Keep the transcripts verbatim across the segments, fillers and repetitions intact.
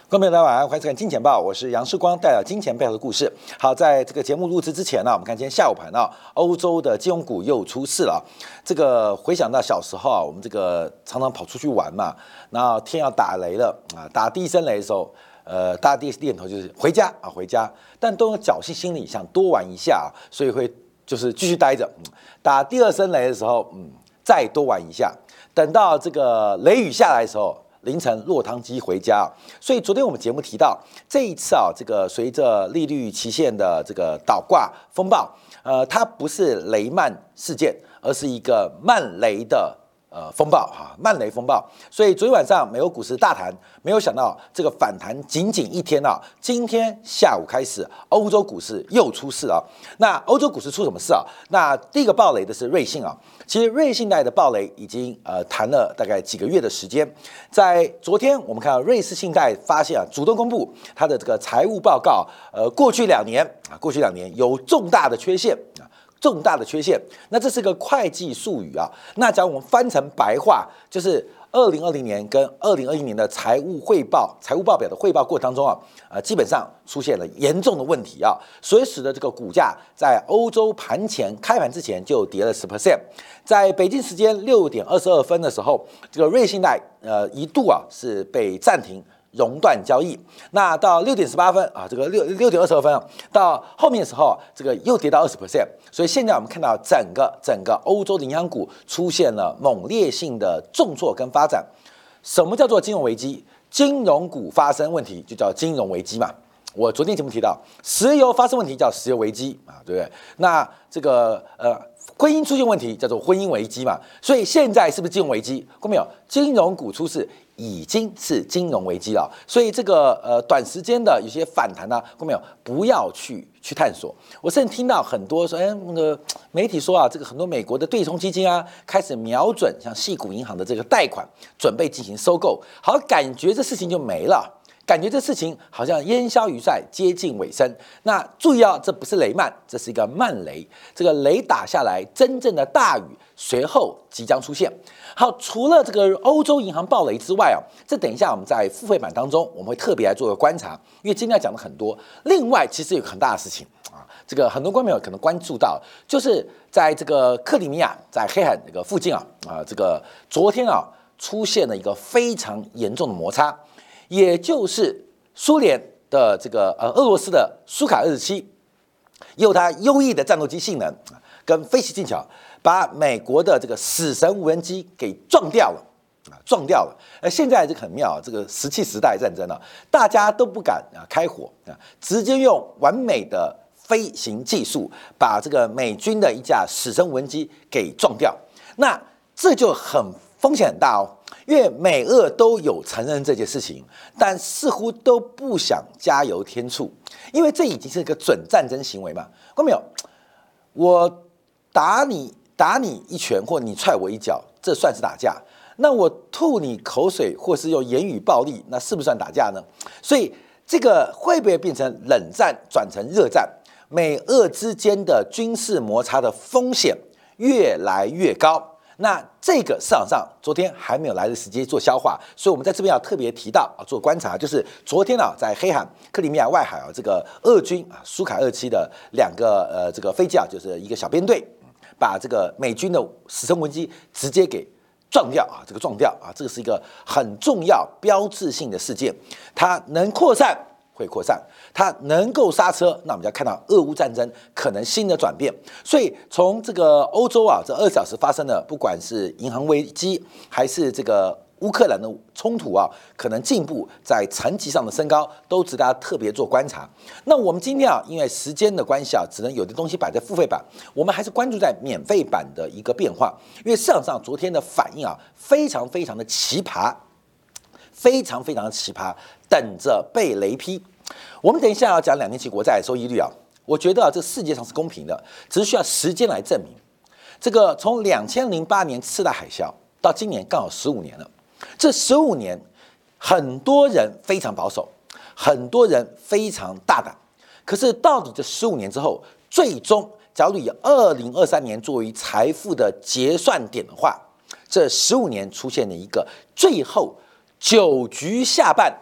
观众朋友大家晚上欢迎收看《金钱报》，我是杨世光，带来金钱背后的故事。好，在这个节目录制之前呢，我们看今天下午盘啊，欧洲的金融股又出事了。这个回想到小时候啊，我们这个常常跑出去玩嘛，然后天要打雷了啊，打第一声雷的时候，呃，大家第一念头就是回家啊，回家，但都有侥幸心理，想多玩一下，所以会就是继续待着。嗯、打第二声雷的时候，嗯，再多玩一下，等到这个雷雨下来的时候。凌晨落汤鸡回家啊，所以昨天我们节目提到，这一次啊，这个随着利率期限的这个倒挂风暴，呃，它不是雷曼事件，而是一个慢雷的呃风暴哈，慢雷风暴。所以昨天晚上美国股市大弹，没有想到这个反弹仅仅一天啊，今天下午开始，欧洲股市又出事了。那欧洲股市出什么事啊？那第一个暴雷的是瑞信啊。其实瑞信贷的暴雷已经呃谈了大概几个月的时间，在昨天我们看到瑞士信贷发现啊，主动公布它的这个财务报告，呃，过去两年啊，过去两年有重大的缺陷啊，重大的缺陷。那这是个会计术语啊，那假如我们翻成白话，就是二零二零年跟二零二一年的财务汇报、财务报表的汇报过程当中啊，呃，基本上出现了严重的问题啊，所以使得这个股价在欧洲盘前开盘之前就跌了十 percent。在北京时间六点二十二分的时候，这个瑞信贷呃一度啊是被暂停熔断交易。那到六点十八分啊，这个六六点二十二分啊，到后面的时候，这个又跌到二十 percent。所以现在我们看到整个整个欧洲的银行股出现了猛烈性的重挫跟发展。什么叫做金融危机？金融股发生问题就叫金融危机嘛。我昨天节目提到，石油发生问题叫石油危机啊，对不对？那这个呃，婚姻出现问题叫做婚姻危机嘛。所以现在是不是金融危机？看到没有？金融股出事已经是金融危机了。所以这个呃短时间的有些反弹呢、啊，看到没有？不要去去探索。我甚至听到很多说，哎，那个媒体说啊，这个很多美国的对冲基金啊，开始瞄准像矽谷银行的这个贷款，准备进行收购，好，感觉这事情就没了。感觉这事情好像烟消云散，接近尾声。那注意啊，这不是雷曼，这是一个慢雷。这个雷打下来，真正的大雨随后即将出现。好，除了这个欧洲银行暴雷之外啊，这等一下我们在付费版当中我们会特别来做个观察，因为今天要讲的很多。另外，其实有很大的事情啊，这个很多观众朋友可能关注到，就是在这个克里米亚，在黑海这个附近啊啊，这个昨天啊出现了一个非常严重的摩擦。也就是苏联的这个呃俄罗斯的苏卡二十七，用它优异的战斗机性能跟飞行技巧，把美国的这个死神无人机给撞掉了啊，撞掉了。而现在这个很妙，这个石器时代战争啊，大家都不敢啊开火啊，直接用完美的飞行技术把这个美军的一架死神无人机给撞掉。那这就很风险很大哦。因为美俄都有承认这件事情，但似乎都不想加油添醋，因为这已经是一个准战争行为嘛。看到没有？我打你打你一拳，或你踹我一脚，这算是打架。那我吐你口水，或是用言语暴力，那是不是算打架呢？所以这个会不会变成冷战转成热战？美俄之间的军事摩擦的风险越来越高。那这个市场上昨天还没有来得时间做消化，所以我们在这边要特别提到啊，做观察，就是昨天啊，在黑海、克里米亚外海啊，这个俄军啊苏凯二七的两个呃这个飞机啊，就是一个小编队，把这个美军的死神无人机直接给撞掉啊，这个撞掉啊，这个是一个很重要标志性的事件，它能扩散。会扩散，它能够刹车，那我们就要看到俄乌战争可能新的转变。所以从这个欧洲啊，这二十小时发生的，不管是银行危机，还是这个乌克兰的冲突啊，可能进一步在层级上的升高，都值得大家特别做观察。那我们今天啊，因为时间的关系啊，只能有的东西摆在付费版，我们还是关注在免费版的一个变化，因为市场上昨天的反应啊，非常非常的奇葩。非常非常的奇葩，等着被雷劈。我们等一下要讲两年期国债收益率啊，我觉得啊，这世界上是公平的，只是需要时间来证明。这个从两千零八年次贷海啸到今年刚好十五年了，这十五年很多人非常保守，很多人非常大胆。可是到底这十五年之后，最终假如以二零二三年作为财富的结算点的话，这十五年出现了一个最后九局下半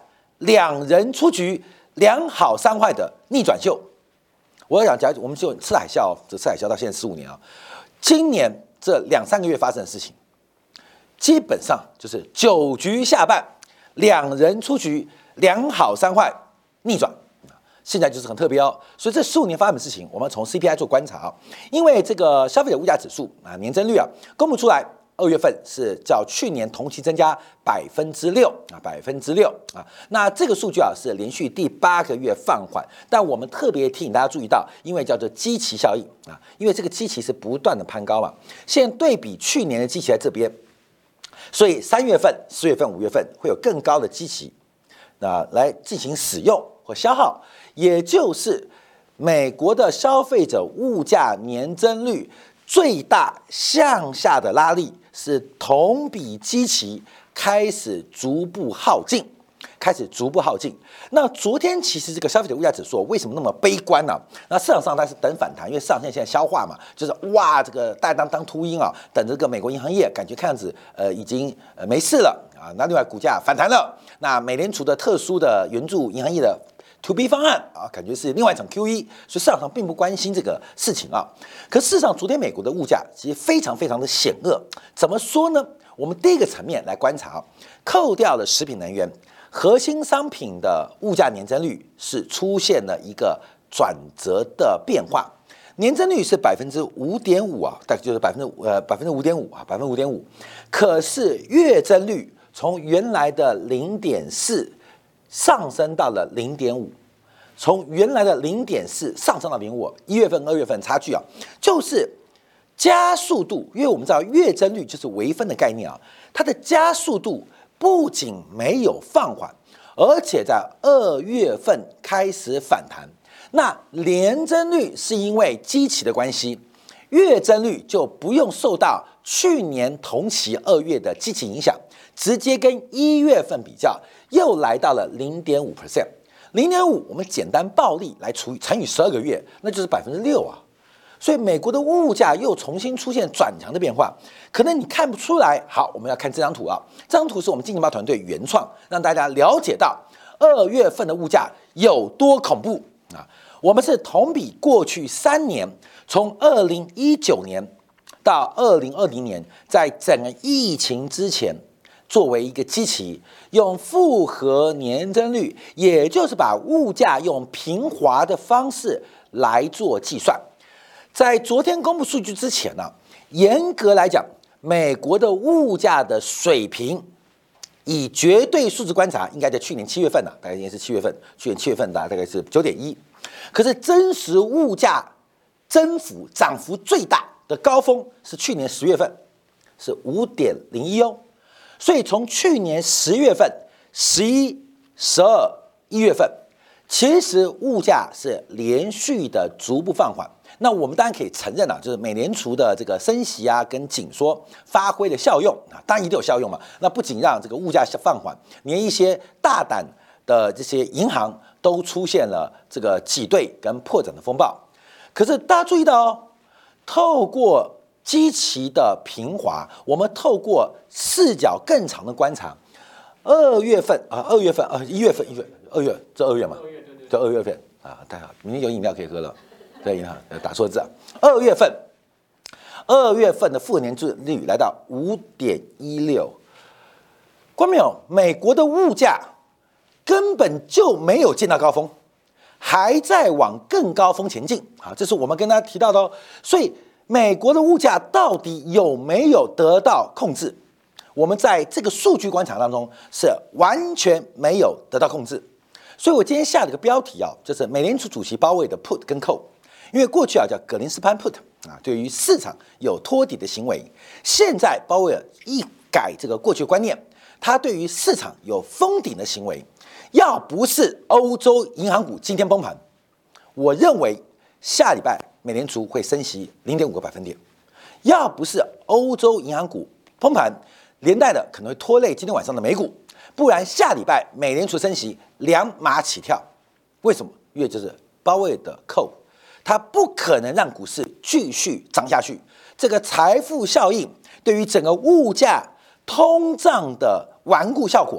两人出局，两好三坏的逆转秀。我想讲，我们就吃海啸，这吃海啸到现在十五年啊，今年这两三个月发生的事情，基本上就是九局下半，两人出局，两好三坏逆转。现在就是很特别哦，所以这十五年发生的事情，我们从 C P I 做观察啊，因为这个消费者物价指数啊年增率啊公布出来，二月份是较去年同期增加百分之六啊，百分之六啊，那这个数据啊是连续第八个月放缓，但我们特别提醒大家注意到，因为叫做基期效应啊，因为这个基期是不断的攀高嘛，现在对比去年的基期在这边，所以三月份、四月份、五月份会有更高的基期，那来进行使用或消耗。也就是美国的消费者物价年增率最大向下的拉力是同比基期开始逐步耗尽，开始逐步耗尽。那昨天其实这个消费者物价指数为什么那么悲观呢、啊？那市场上它是等反弹，因为市场现在现在消化嘛，就是哇这个大当当秃鹰啊，等着这个美国银行业感觉看样子呃已经呃没事了啊。那另外股价反弹了，那美联储的特殊的援助银行业的To B 方案啊，感觉是另外一场 Q E， 所以市场上并不关心这个事情啊。可事实上，昨天美国的物价其实非常非常的险恶。怎么说呢？我们第一个层面来观察，扣掉了食品能源，核心商品的物价年增率是出现了一个转折的变化，年增率是百分之五点五啊，大概就是百分之呃百分之五点五啊，百分之五点五。可是月增率从原来的零点四。上升到了零点五，从原来的零点四上升到零点五，一月份、二月份差距啊，就是加速度。因为我们知道月增率就是微分的概念啊，它的加速度不仅没有放缓，而且在二月份开始反弹。那年增率是因为基期的关系，月增率就不用受到去年同期二月的基期影响，直接跟一月份比较。又来到了零点五 percent， 零点五我们简单暴力来除以乘以十二个月，那就是百分之六啊。所以美国的物价又重新出现转强的变化，可能你看不出来。好，我们要看这张图啊，这张图是我们金钱豹团队原创，让大家了解到二月份的物价有多恐怖啊。我们是同比过去三年，从二零一九年到二零二零年，在整个疫情之前。作为一个基期，用复合年增率，也就是把物价用平滑的方式来做计算。在昨天公布数据之前呢、啊，严格来讲，美国的物价的水平，以绝对数字观察，应该在去年七月份呢、啊，大概应该是七月份，去年七月份的大概是九点一。可是真实物价增幅涨幅最大的高峰是去年十月份，是五点零一哦。所以从去年十月份、十一、十二、一月份，其实物价是连续的逐步放缓。那我们当然可以承认啊，就是美联储的这个升息啊跟紧缩发挥的效用啊，当然一定有效用嘛。那不仅让这个物价放缓，连一些大胆的这些银行都出现了这个挤兑跟破产的风暴。可是大家注意到哦，透过基期的平滑，我们透过视角更长的观察，二月份啊，二月份啊，一月份，一月，二月，这二月嘛，这二月份啊，太好，明天有饮料可以喝了，对，银行打错字啊，二月份，二月份的复合年增率来到五点一六，观众朋友，美国的物价根本就没有见到高峰，还在往更高峰前进啊，这是我们跟大家提到的哦，所以。美国的物价到底有没有得到控制？我们在这个数据观察当中是完全没有得到控制。所以我今天下了个标题啊，就是美联储主席鲍威尔的 put 跟 call， 因为过去啊叫格林斯潘 put 啊，对于市场有托底的行为，现在鲍威尔一改这个过去观念，他对于市场有封顶的行为。要不是欧洲银行股今天崩盘，我认为下礼拜。美联储会升息零点五个百分点，要不是欧洲银行股崩盘，连带的可能会拖累今天晚上的美股，不然下礼拜美联储升息两码起跳。为什么？因为就是鲍威尔的扣，他不可能让股市继续涨下去。这个财富效应对于整个物价通胀的顽固效果，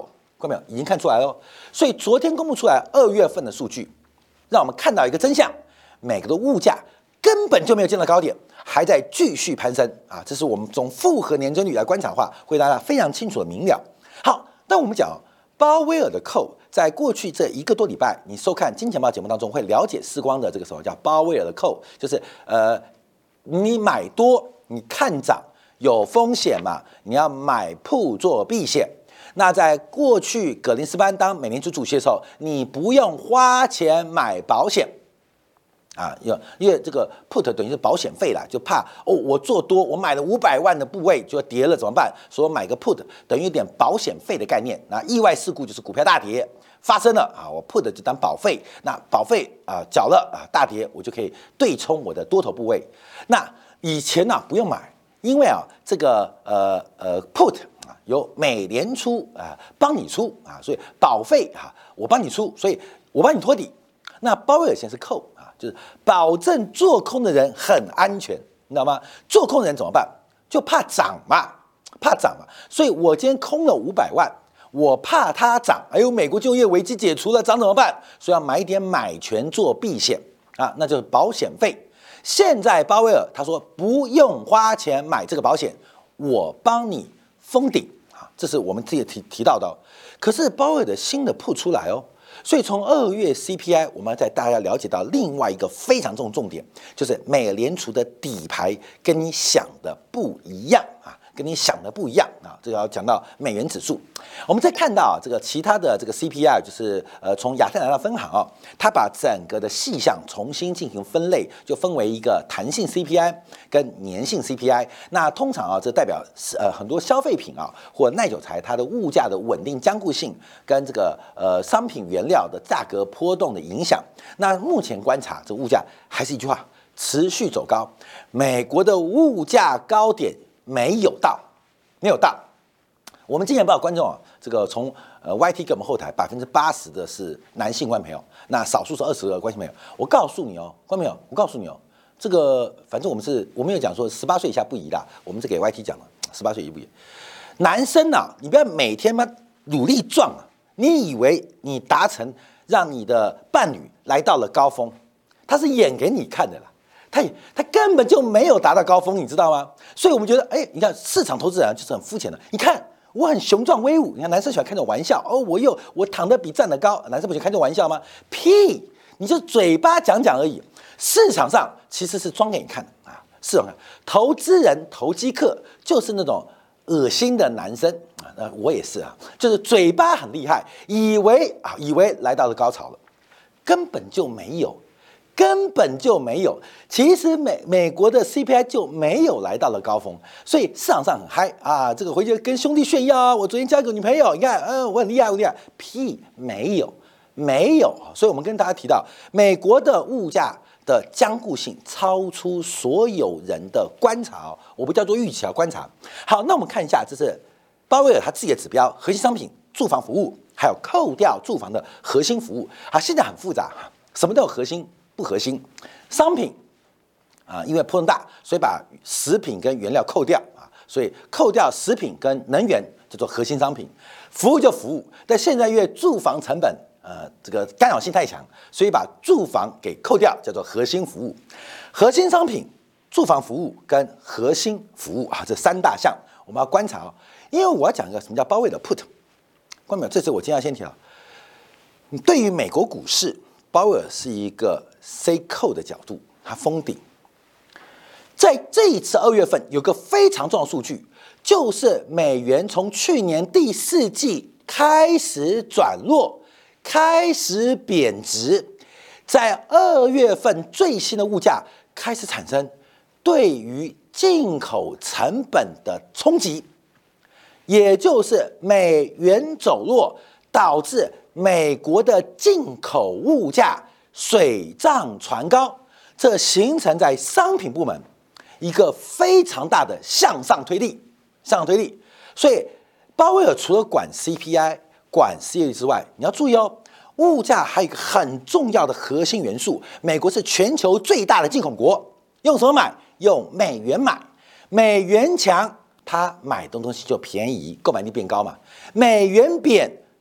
看到没有？已经看出来了。所以昨天公布出来二月份的数据，让我们看到一个真相：美国的物价根本就没有见到高点，还在继续攀升啊！这是我们从复合年增率来观察的话，会大家非常清楚的明了。好，那我们讲鲍威尔的扣，在过去这一个多礼拜，你收看《金钱豹》节目当中会了解世光的这个什么叫鲍威尔的扣，就是呃，你买多，你看涨有风险嘛，你要买铺做避险。那在过去葛林斯潘当美联储主席的时候，你不用花钱买保险。啊，因因为这个 put 等于是保险费啦，就怕哦，我做多，我买了五百万的部位就跌了怎么办？所以我买个 put 等于一点保险费的概念。那意外事故就是股票大跌发生了啊，我 put 就当保费，那保费啊缴了啊大跌，我就可以对冲我的多头部位。那以前呢、啊、不用买，因为啊这个呃呃 put 啊由美联储啊帮你出啊，所以保费啊我帮你出，所以我帮你托底。那鲍威尔先是扣。就是保证做空的人很安全，你知道吗？做空的人怎么办？就怕涨嘛，怕涨嘛。所以我今天空了五百万，我怕它涨。哎呦，美国就业危机解除了，涨怎么办？所以要买一点买权做避险啊，那就是保险费。现在鲍威尔他说不用花钱买这个保险，我帮你封顶啊，这是我们自己提提到的、哦。可是鲍威尔的新的铺出来哦。所以从二月 C P I， 我们要带大家了解到另外一个非常重重点，就是美联储的底牌跟你想的不一样啊，跟你想的不一样啊。这个要讲到美元指数，我们再看到啊，这个其他的这个 C P I， 就是呃从亚特兰大分行啊，它把整个的细项重新进行分类，就分为一个弹性 C P I 跟粘性 C P I。那通常啊，这代表呃很多消费品啊或耐久材它的物价的稳定坚固性跟这个呃商品原料的价格波动的影响。那目前观察，这物价还是一句话，持续走高。美国的物价高点没有到，没有到。我们今年报观众啊，这个从呃 Y T 给我们后台百分之八十的是男性观众朋友，那少数是二十个观众朋友。我告诉你哦，观众朋友，我告诉你哦，这个反正我们是我没有讲说十八岁以下不宜啦，我们是给 Y T 讲的，十八岁宜不宜。男生啊，你不要每天嘛努力撞啊，你以为你达成让你的伴侣来到了高峰，他是演给你看的啦。他也他根本就没有达到高峰，你知道吗？所以我们觉得，哎，你看市场投资人就是很肤浅的。你看我很雄壮威武，你看男生喜欢开这种玩笑哦，我又我躺得比站得高，男生不喜欢开这种玩笑吗？屁，你就嘴巴讲讲而已。市场上其实是装给你看的啊，市场上投资人投机客就是那种恶心的男生啊，那我也是啊，就是嘴巴很厉害，以为啊以为来到了高潮了，根本就没有。根本就没有，其实美美国的 C P I 就没有来到了高峰，所以市场上很嗨啊！这个回去跟兄弟炫耀啊，我昨天交个女朋友，你看，嗯、呃，我很厉害，我很厉害，屁没有，没有。所以我们跟大家提到，美国的物价的坚固性超出所有人的观察，我不叫做预期啊，观察。好，那我们看一下，这是鲍威尔他自己的指标，核心商品、住房服务，还有扣掉住房的核心服务啊，现在很复杂，什么都有核心。不核心商品啊，因为波动大，所以把食品跟原料扣掉啊，所以扣掉食品跟能源叫做核心商品，服务就服务。但现在因为住房成本呃这个干扰性太强，所以把住房给扣掉，叫做核心服务。核心商品、住房服务跟核心服务啊，这三大项我们要观察哦。因为我要讲一个什么叫鲍威尔 put， 观众朋友，这次我今天要先提到，对于美国股市。鲍威尔是一个 C 扣的角度，它封顶。在这一次二月份，有个非常重要的数据，就是美元从去年第四季开始转弱，开始贬值，在二月份最新的物价开始产生对于进口成本的冲击，也就是美元走弱导致。美国的进口物价水涨船高，这形成在商品部门一个非常大的向上推力，向上推力。所以鲍威尔除了管 C P I、管失业率之外，你要注意哦，物价还有一个很重要的核心元素。美国是全球最大的进口国，用什么买？用美元买，美元强，它买的东西就便宜，购买力变高嘛。美元贬。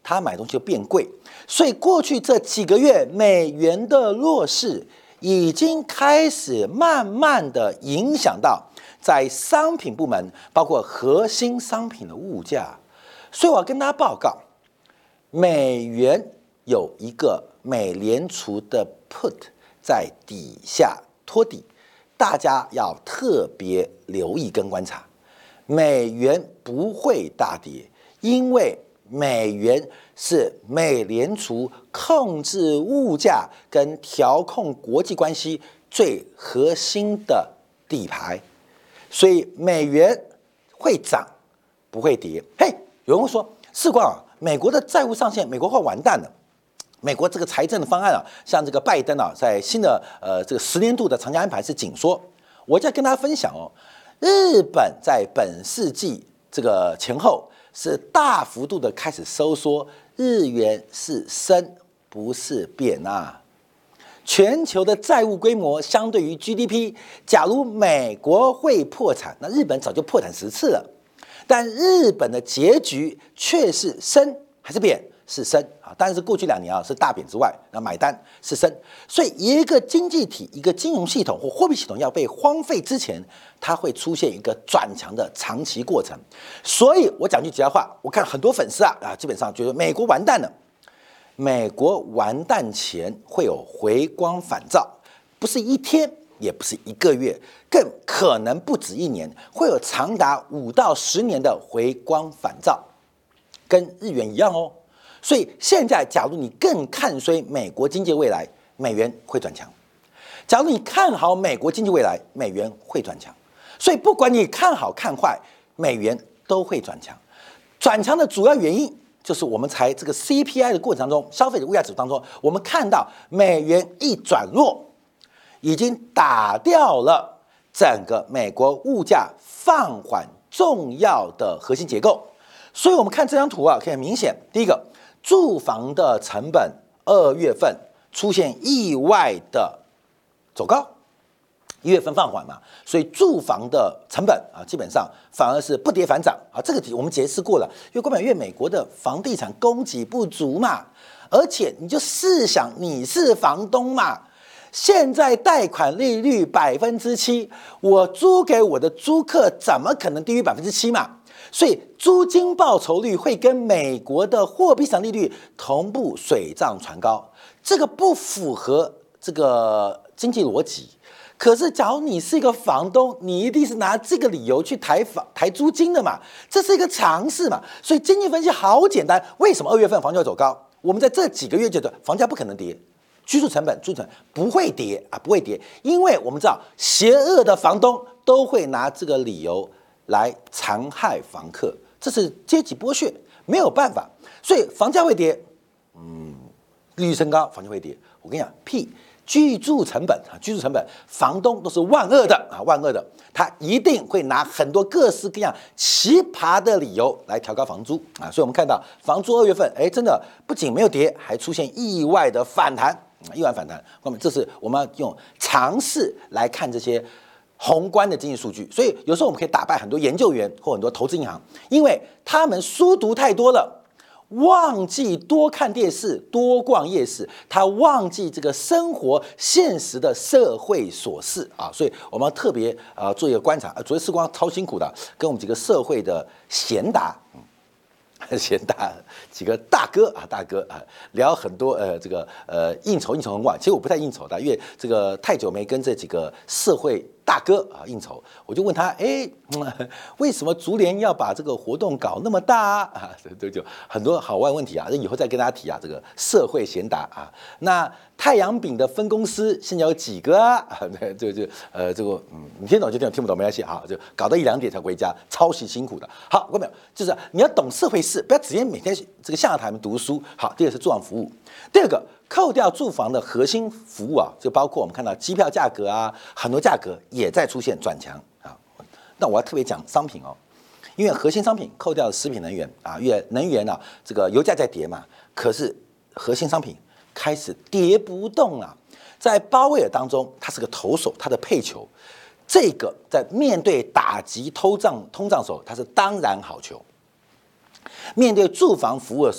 它买东西就变贵。所以过去这几个月，美元的弱势已经开始慢慢的影响到在商品部门，包括核心商品的物价。所以我要跟大家报告，美元有一个美联储的 put 在底下托底，大家要特别留意跟观察。美元不会大跌，因为美元是美联储控制物价跟调控国际关系最核心的底牌，所以美元会涨不会跌。嘿，有人会说，世光啊，美国的债务上限，美国快完蛋了。美国这个财政的方案啊，像这个拜登啊，在新的呃这个十年度的长期安排是紧缩。我再跟大家分享哦，日本在本世纪这个前后是大幅度的开始收缩，日元是升不是贬啊。全球的债务规模相对于 G D P， 假如美国会破产，那日本早就破产十次了。但日本的结局却是升还是贬？是升啊，当然是过去两年啊是大贬之外，那买单是升。所以一个经济体、一个金融系统或货币系统要被荒废之前，它会出现一个转强的长期过程。所以我讲句实在话，我看很多粉丝啊啊，基本上觉得美国完蛋了。美国完蛋前会有回光返照，不是一天，也不是一个月，更可能不止一年，会有长达五到十年的回光返照，跟日元一样哦。所以现在，假如你更看衰美国经济未来，美元会转强；假如你看好美国经济未来，美元会转强。所以不管你看好看坏，美元都会转强。转强的主要原因就是我们才这个 C P I 的过程当中，消费者物价指数当中，我们看到美元一转弱，已经打掉了整个美国物价放缓重要的核心结构。所以我们看这张图啊，可以很明显，第一个，住房的成本二月份出现意外的走高，一月份放缓嘛，所以住房的成本啊，基本上反而是不跌反涨啊。这个题我们解释过了，因为关键因为美国的房地产供给不足嘛，而且你就试想你是房东嘛，现在贷款利率百分之七，我租给我的租客怎么可能低于百分之七嘛？所以租金报酬率会跟美国的货币市场利率同步水涨船高，这个不符合这个经济逻辑。可是，假如你是一个房东，你一定是拿这个理由去抬房、抬租金的嘛，这是一个常识嘛。所以经济分析好简单，为什么二月份房价要走高？我们在这几个月觉得房价不可能跌，居住成本、住成本不会跌啊，不会跌，因为我们知道邪恶的房东都会拿这个理由来残害房客，这是阶级剥削，没有办法。所以房价会跌，嗯，利率升高，房价会跌。我跟你讲，屁！居住成本啊，居住成本，房东都是万恶的啊，万恶的，他一定会拿很多各式各样奇葩的理由来调高房租啊。所以我们看到房租二月份，哎，真的不仅没有跌，还出现意外的反弹，意外反弹。那么这是我们要用常识来看这些宏观的经济数据。所以有时候我们可以打败很多研究员或很多投资银行，因为他们书读太多了。忘记多看电视，多逛夜市，他忘记这个生活现实的社会琐事啊，所以我们要特别呃做一个观察。呃，昨天时光超辛苦的，跟我们几个社会的贤达，嗯，贤达几个大哥啊，大哥啊，聊很多呃这个呃应酬应酬很晚，其实我不太应酬的，因为这个太久没跟这几个社会大哥啊应酬，我就问他，哎、嗯，为什么竹联要把这个活动搞那么大啊？啊，这就很多好玩问题啊，以后再跟大家提啊。这个社会贤达啊，那太阳饼的分公司现在有几个啊？啊，这就呃这个嗯，你听懂就听懂，听不懂没关系啊，就搞到一两点才回家，超级辛苦的。好，各位朋友，就是你要懂社会事，不要直接每天这个下台们读书。好，第二个是住房服务，第二个。扣掉住房的核心服务啊，就包括我们看到机票价格啊，很多价格也在出现转强啊。那我要特别讲商品哦，因为核心商品扣掉食品能源啊，因为能源啊，这个油价在跌嘛，可是核心商品开始跌不动了。在鲍威尔当中，他是个投手，他的配球，这个在面对打击通胀通胀的时候，他是当然好球；面对住房服务的时候，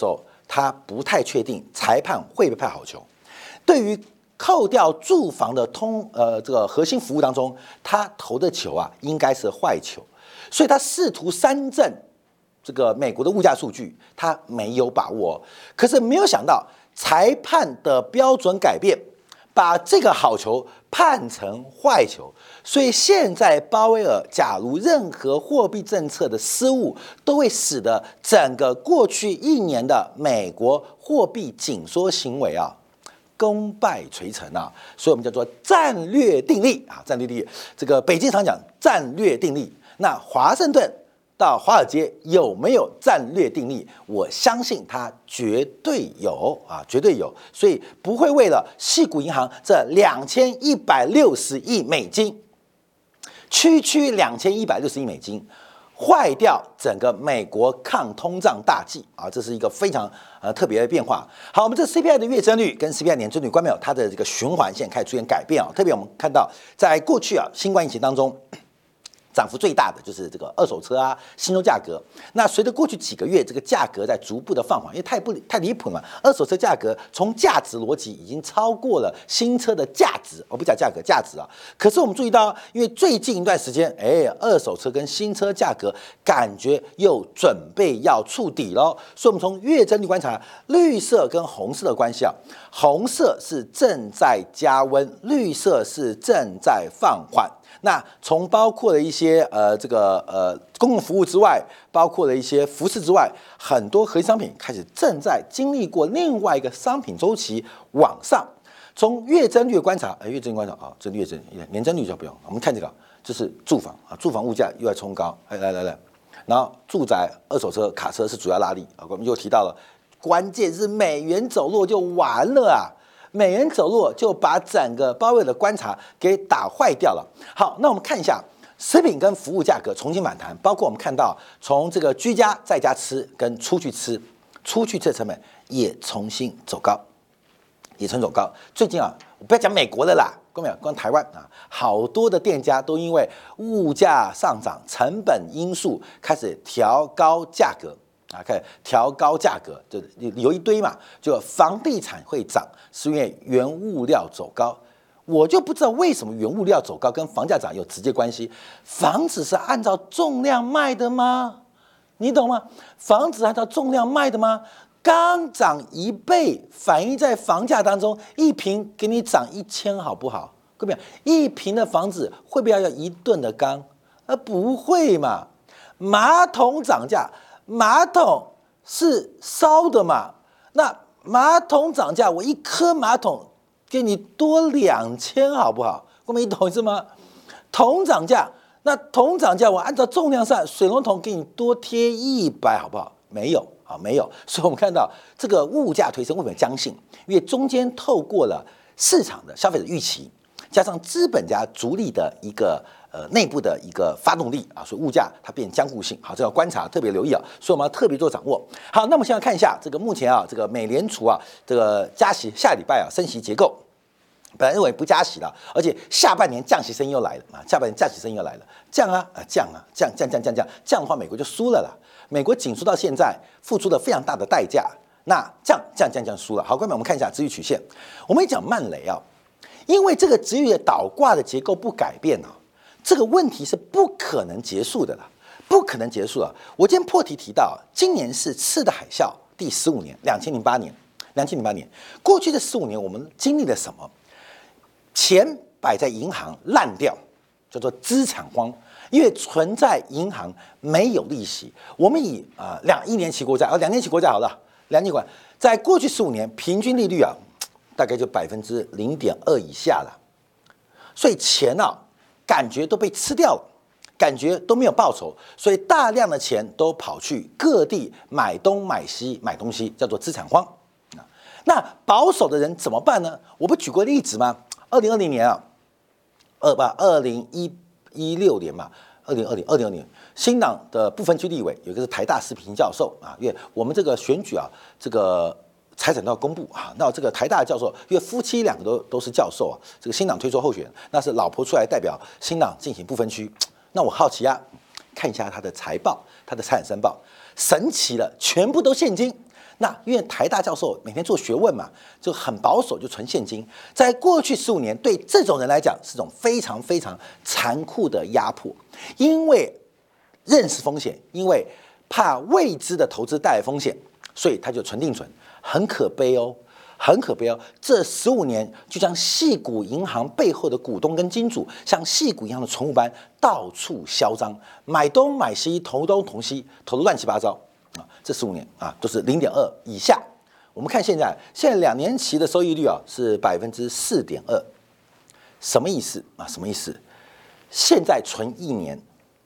他不太确定裁判会不会判好球。对于扣掉住房的通呃这个核心服务当中，他投的球啊应该是坏球，所以他试图三振这个美国的物价数据，他没有把握。可是没有想到裁判的标准改变，把这个好球判成坏球，所以现在鲍威尔假如任何货币政策的失误，都会使得整个过去一年的美国货币紧缩行为啊功败垂成啊，所以我们叫做战略定力啊，战略定力。这个北京常讲战略定力，那华盛顿到华尔街有没有战略定力？我相信它绝对有啊，绝对有，所以不会为了矽谷银行这两千一百六十亿美金，区区两千一百六十亿美金，坏掉整个美国抗通胀大计啊，这是一个非常呃特别的变化。好，我们这 C P I 的月增率跟 C P I 年增率，观众朋友它的这个循环线开始出现改变啊，特别我们看到在过去啊新冠疫情当中。涨幅最大的就是这个二手车啊，新车价格。那随着过去几个月这个价格在逐步的放缓，因为太不太离谱了嘛，二手车价格从价值逻辑已经超过了新车的价值，而不讲价格价值啊。可是我们注意到，因为最近一段时间，哎，二手车跟新车价格感觉又准备要触底喽，所以我们从月增率观察，绿色跟红色的关系啊，红色是正在加温，绿色是正在放缓。那从包括了一些呃这个呃公共服务之外，包括了一些服饰之外，很多核心商品开始正在经历过另外一个商品周期往上。从月增率观察，哎，月增率观察啊，这月增年增率就不用，我们看这个，这是住房啊，住房物价又在冲高，哎来来来，然后住宅、二手车、卡车是主要拉力啊，我们又提到了，关键是美元走弱就完了啊。美元走弱就把整个鲍威尔的观察给打坏掉了。好，那我们看一下食品跟服务价格重新反弹，包括我们看到从这个居家在家吃跟出去吃，出去吃的成本也重新走高，也重新走高。最近啊，我不要讲美国的啦，光光台湾啊，好多的店家都因为物价上涨、成本因素开始调高价格。啊，看调高价格，就有一堆嘛，就房地产会涨，是因为原物料走高。我就不知道为什么原物料走高跟房价涨有直接关系。房子是按照重量卖的吗？你懂吗？房子按照重量卖的吗？刚涨一倍，反映在房价当中，一平给你涨一千，好不好？各位，一平的房子会不会要一吨的钢？呃，不会嘛。马桶涨价。马桶是烧的嘛？那马桶涨价，我一颗马桶给你多两千，好不好？各位，你懂意思吗？桶涨价，那桶涨价，我按照重量算，水龙头给你多贴一百，好不好？没有啊，没有。所以我们看到这个物价推升为什么将性？因为中间透过了市场的消费者预期，加上资本家逐利的一个。呃，内部的一个发动力啊，所以物价它变僵固性，好，这要观察，特别留意啊，所以我们要特别做掌握。好，那么现在看一下这个目前啊，这个美联储啊，这个加息下礼拜啊升息结构，本来认为不加息了，而且下半年降息声音又来了啊，下半年降息声音又来了，降啊啊降啊降降降降降降的话，美国就输了啦。美国紧缩到现在，付出了非常大的代价，那降降降降输了。好，各位我们看一下殖利率曲线，我们一讲慢雷啊，因为这个殖利率的倒挂的结构不改变啊。这个问题是不可能结束的了，不可能结束了。我今天破题提到，今年是次的海啸第十五年，两千零八年，两千零八年，过去的十五年我们经历了什么？钱摆在银行烂掉，叫做资产荒，因为存在银行没有利息。我们以啊两一年期国债，啊两年期国债好了，两年期国债，在过去十五年平均利率啊，大概就百分之零点二以下了，所以钱啊。感觉都被吃掉了，感觉都没有报酬，所以大量的钱都跑去各地买东买西买东西，叫做资产荒。那保守的人怎么办呢？我不举过例子吗？二零二零年啊，二吧，二零一一六年嘛，二零二零二零二零，新党的不分区立委有一个是台大视频教授啊，因为我们这个选举啊，这个。财产都要公布啊！那这个台大的教授，因为夫妻两个都都是教授啊，这个新党推出候选人，那是老婆出来代表新党进行不分区。那我好奇啊，看一下他的财报，他的财产申报，神奇了，全部都现金。 那因为台大教授每天做学问嘛，就很保守，就存现金。在过去十五年，对这种人来讲是种非常非常残酷的压迫，因为认识风险，因为怕未知的投资带来风险，所以他就存定存，很可悲哦。很可悲哦，这十五年就像矽谷银行背后的股东跟金主，像矽谷银行的宠物般到处嚣张，买东买西，投东投西，投的乱七八糟啊！这十五年啊，都是零点二以下。我们看现在，现在两年期的收益率啊是百分之四点二，什么意思啊？什么意思？现在存一年，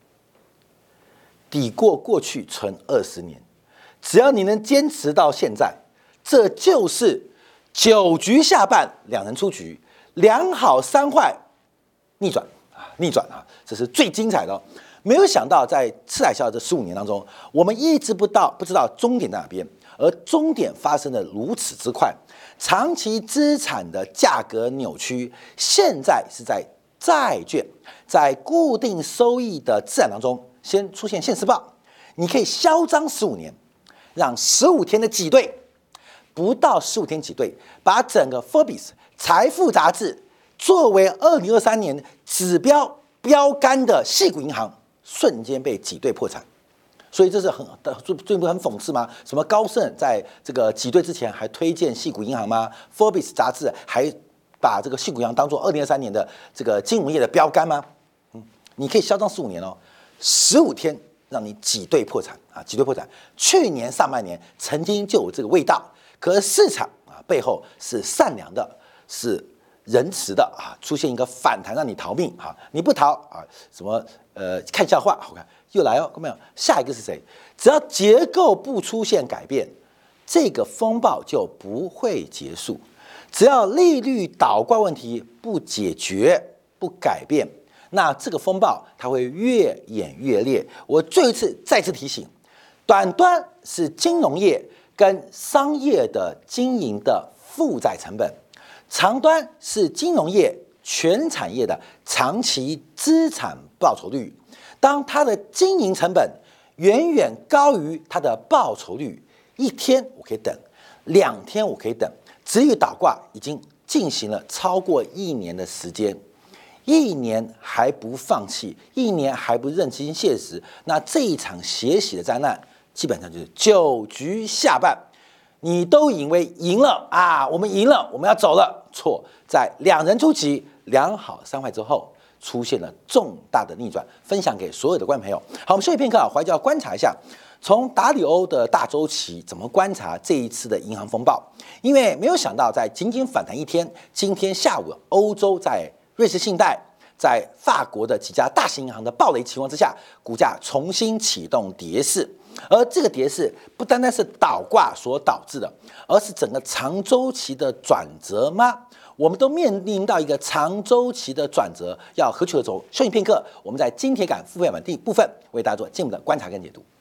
抵过过去存二十年，只要你能坚持到现在，这就是九局下半两人出局，两好三坏逆转啊，逆转啊，这是最精彩的哦。没有想到在次海啸这十五年当中，我们一直不到不知道终点在哪边，而终点发生的如此之快，长期资产的价格扭曲，现在是在债券在固定收益的自然当中先出现现世报，你可以嚣张十五年，让十五天的挤兑。不到十五天挤兑，把整个 Forbes 财富杂志作为二零二三年指标标杆的矽谷银行，瞬间被挤兑破产。所以这是很最不很讽刺吗？什么高盛在这个挤兑之前还推荐矽谷银行吗 ？Forbes 杂志还把这个矽谷银行当做二零二三年的这个金融业的标杆吗？嗯，你可以嚣张十五年哦，十五天让你挤兑破产啊，挤兑破产。去年上半年曾经就有这个味道。可是市场啊背后是善良的，是仁慈的啊，出现一个反弹让你逃命啊，你不逃啊，什么呃看笑话，好看又来哦，看到没有？下一个是谁？只要结构不出现改变，这个风暴就不会结束。只要利率倒挂问题不解决、不改变，那这个风暴它会越演越烈。我最后一次再次提醒，短端是金融业跟商业的经营的负债成本，长端是金融业全产业的长期资产报酬率。当它的经营成本远远高于它的报酬率，一天我可以等，两天我可以等，殖利率倒挂已经进行了超过一年的时间，一年还不放弃，一年还不认清现实，那这一场血洗的灾难。基本上就是九局下半，你都以为赢了啊，我们赢了，我们要走了。错，在两人出局、两好三坏之后，出现了重大的逆转，分享给所有的观众朋友。好，我们休息片刻啊，回来就要观察一下，从达里欧的大周期怎么观察这一次的银行风暴？因为没有想到，在仅仅反弹一天，今天下午欧洲在瑞士信贷。在法国的几家大型银行的暴雷情况之下，股价重新启动跌势，而这个跌势不单单是倒挂所导致的，而是整个长周期的转折吗？我们都面临到一个长周期的转折，要何去何从？休息片刻，我们在金铁杆付费版第一部分为大家做进一步的观察跟解读。